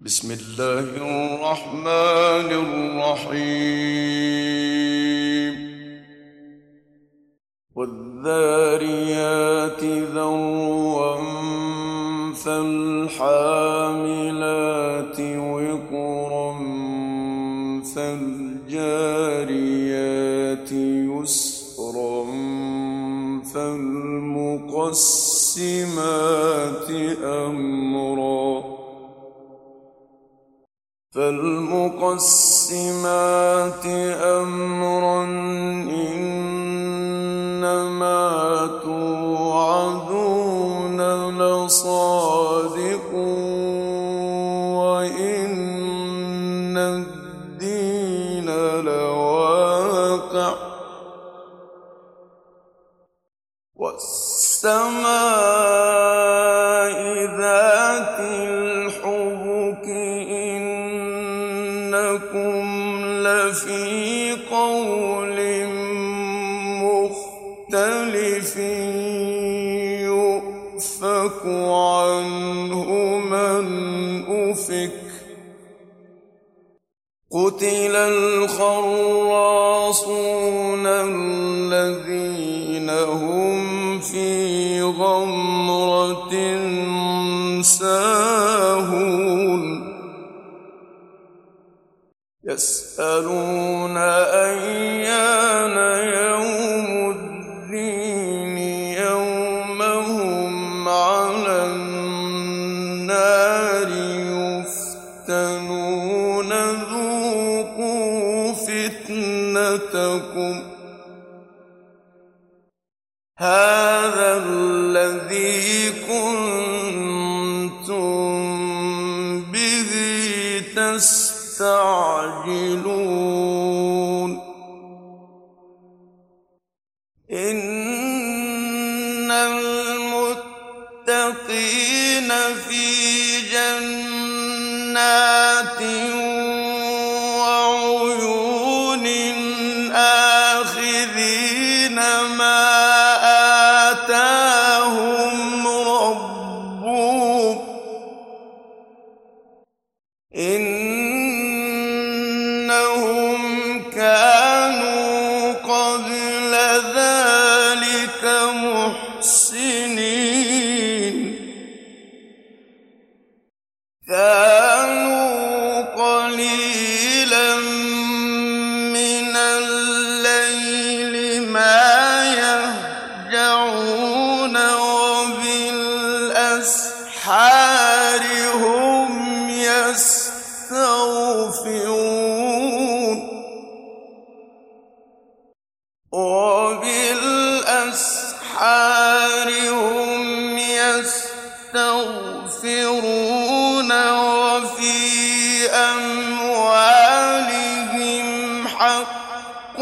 بسم الله الرحمن الرحيم والذاريات ذروا فالحاملات وقرا فالجاريات يسرا فالمقسمات أمرا إنما توعدون لصادق وإن الدين لواقع والسماء ذات الحبك إنكم لفي قول مختلف يؤفك عنه من أفك قتل الخراصون الذين هم في غمرة ساهون يسألون أيان يوم الدين يوم هم على النار يفتنون ذوقوا فتنتكم هذا الذي كنتم به تستعجلون إن المتقين في جنات وعيون آخذين ما آتاهم ربهم إنهم كانوا قبل ذلك محسنين كانوا قليلا من الليل ما يهجعون وبالأسحار هم يستغفرون وفي أموالهم حق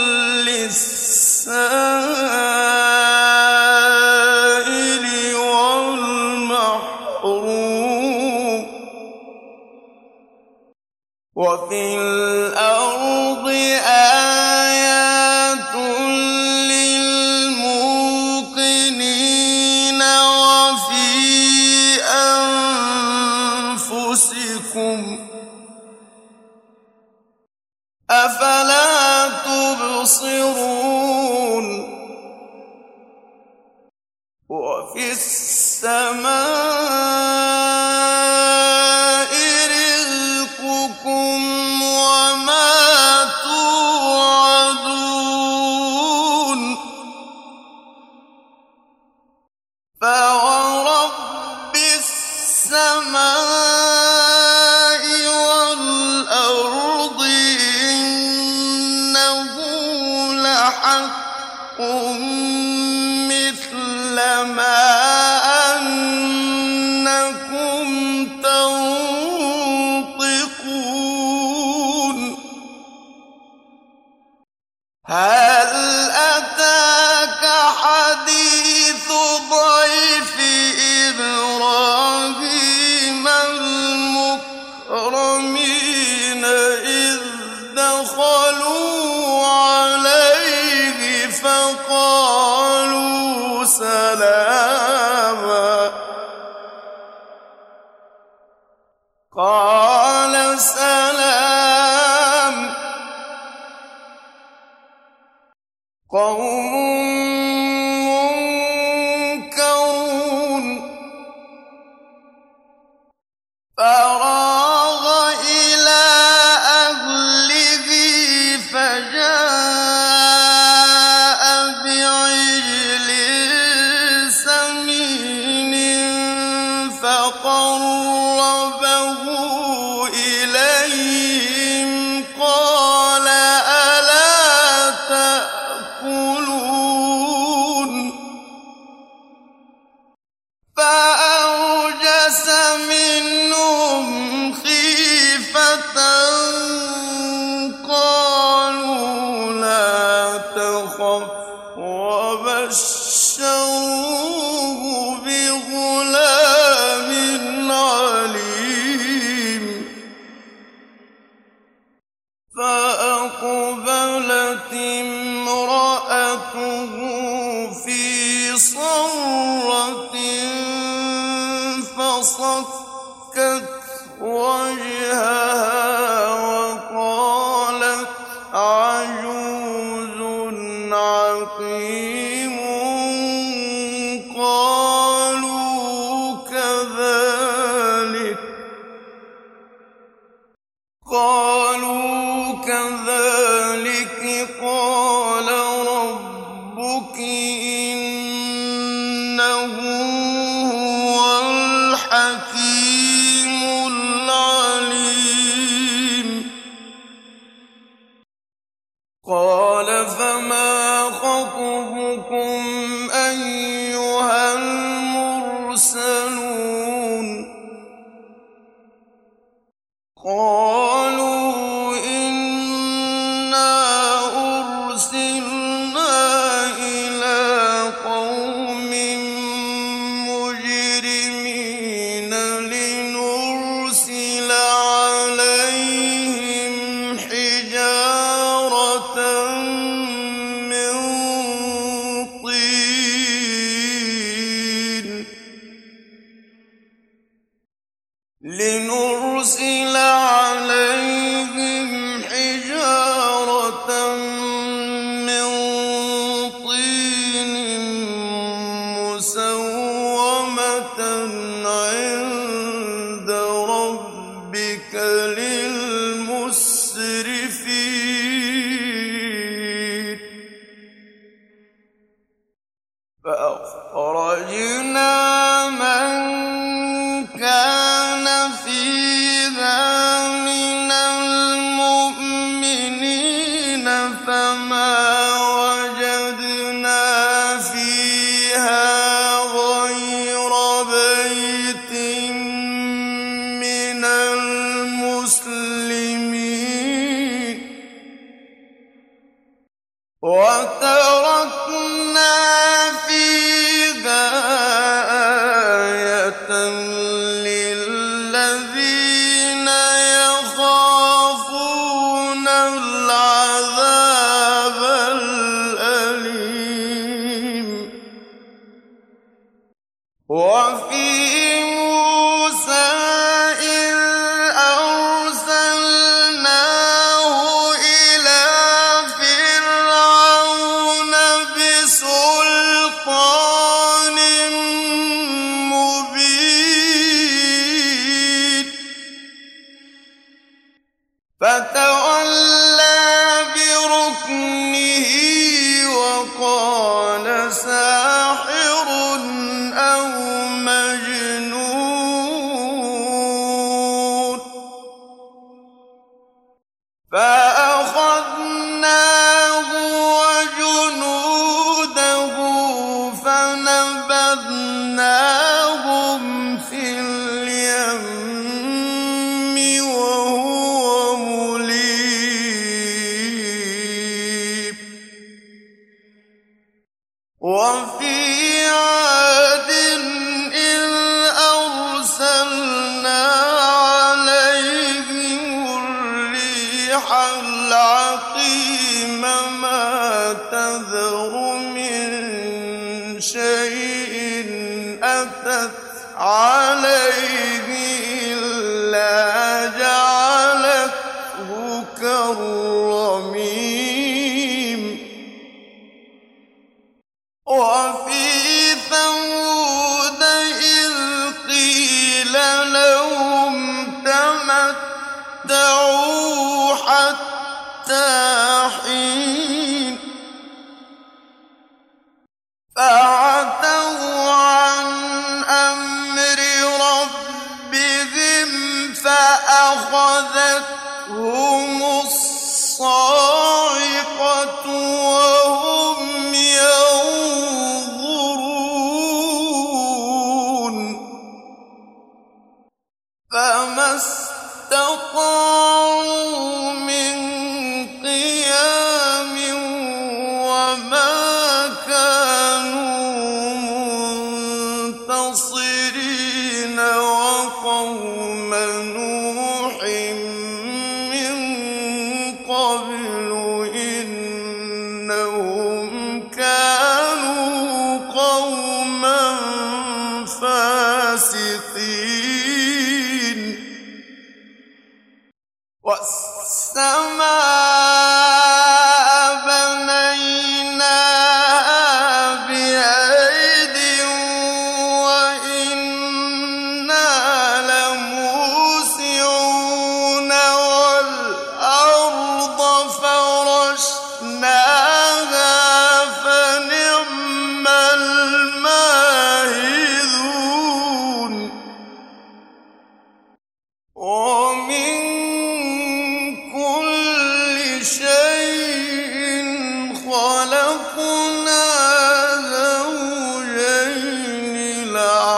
للسائل والمحروم وفي الأرض آيات للموقنين وفي أنفسكم أفلا تبصرون وفي السماء رزقكم وما توعدون فورب السماء والأرض إنه لحق مثل ما أنتم قال سلام قوم منكرون فراغ إلى أهله فجاء بعجل سمين فقربه إليهم قال ألا تأكلون فأوجس منهم خيفة قالوا لا تخف وبشروه بغلام عليم فأقبلت امرأته في صرة فصكت وجهها وقالت عجوز عقيم قالوا كذلك قال ربك إنه هو الحكيم العليم قال فما خطبكم أيها المرسلون قالوا إنا أرسلنا إلى قوم مجرمين لنرسل عليهم حجارة من طين مسومة عند ربك للمسرفين فأخرجنا من كان فيها من المؤمنين فما وجدنا فيها غير بيت من المسلمين وتركنا فيها آية للذين يخافون العذاب الأليم وفي موسى إذ أرسلناه إلى فرعون بسلطان مبين فتولى بركنه وقال ساحر أو مجنون فأخذناه وجنوده فنبذناهم في اليم وهو مليم وفي عاد إذ أرسلنا عليهم الريح العقيم ما تذر من شيء أتت عليه إلا الرميم وفي ثمود إذ قيل لهم تمتعوا حتى حين فعتوا عن أمر ربهم فأخذتهم الصاعقة وهم ينظرون فما استطاعوا من قيام وما كانوا منتصرين وقوم نوح من قبل إنهم كانوا قوما فاسقين والسماء بنيناها بأيد وإنا لموسعون والأرض فرشناها فنعم الماهدون ومن كل شيء خلقنا زوجين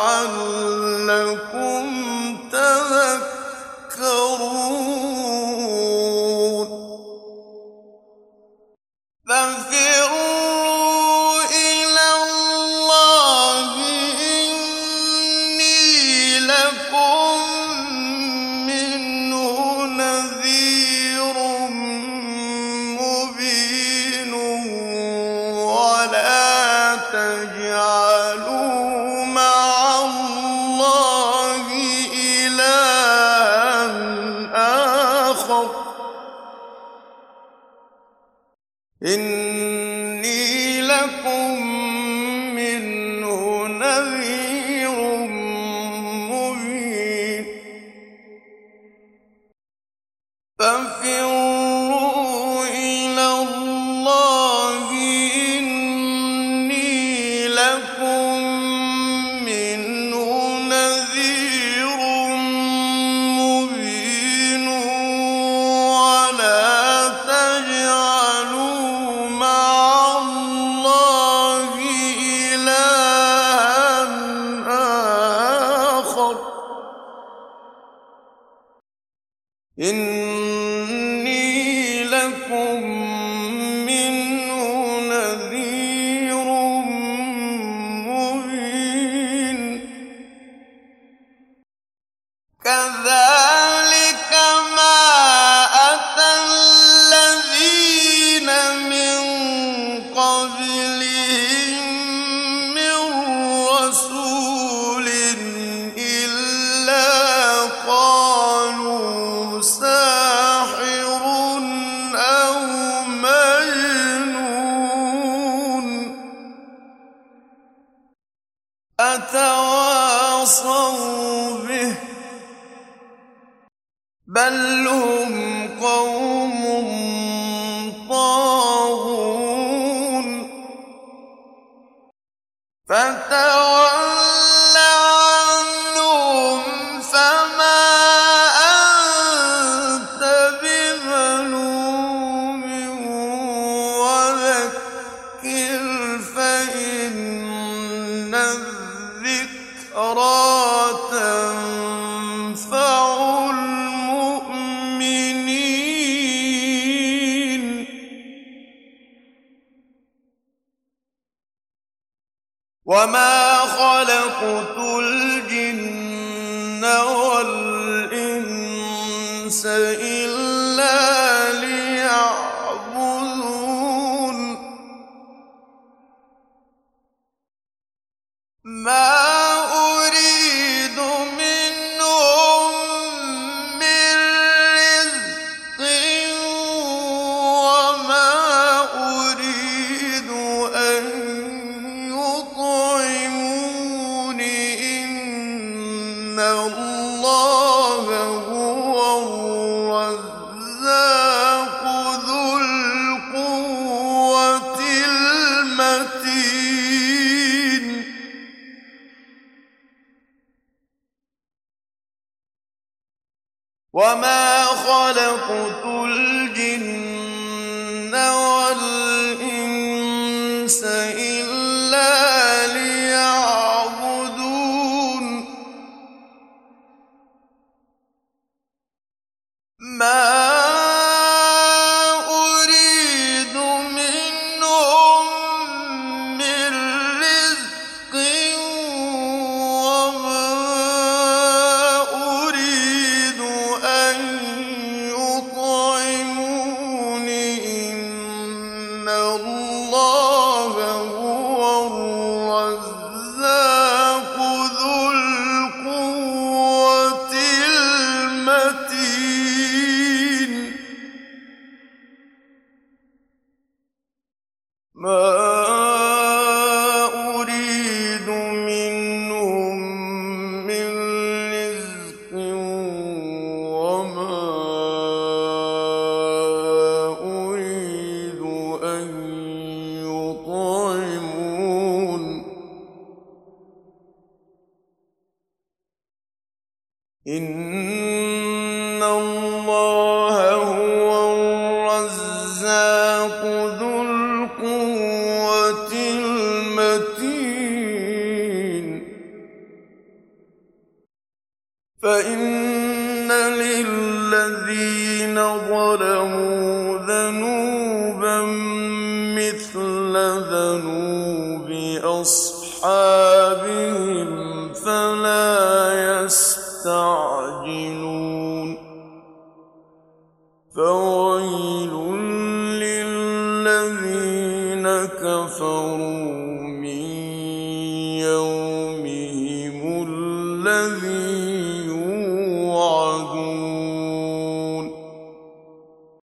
لعلكم تذكرون فانفروا إلى الله إني لكم منه نذير مبين ولا تجعلوا مع الله إلها آخر إني لكم منه نذير مبين فانفروا إلى الله إني لكم منه نذير مبين ولا تجعلوا مع الله إلها آخر إني لكم منه نذير مبين كذلك ما أتى الذين من قبلهم من رسول إلا قالوا ساحر أو مجنون أتواصوا به بل هم قوم طاغون فتول عنهم فما أنت بملوم وذكر فإن الذكرى تنفع المؤمنين وما خلقت الجن والإنس إلا ليعبدون ما أريد منهم من رزق وما خلقت الجن والإنس إلا ليعبدون ما أريد منهم من رزق وما أريد أن يطعمون إن الله هو الرزاق ذو القوة المتين ما أريد منهم من رزق وما أريد أن يطعمون إن الله هو الرزاق ذو القوة المتين فإن للذين ظلموا ذنوبا مثل ذنوب أصحابهم فلا يستعجلون فويل للذين كفروا من يومهم الذي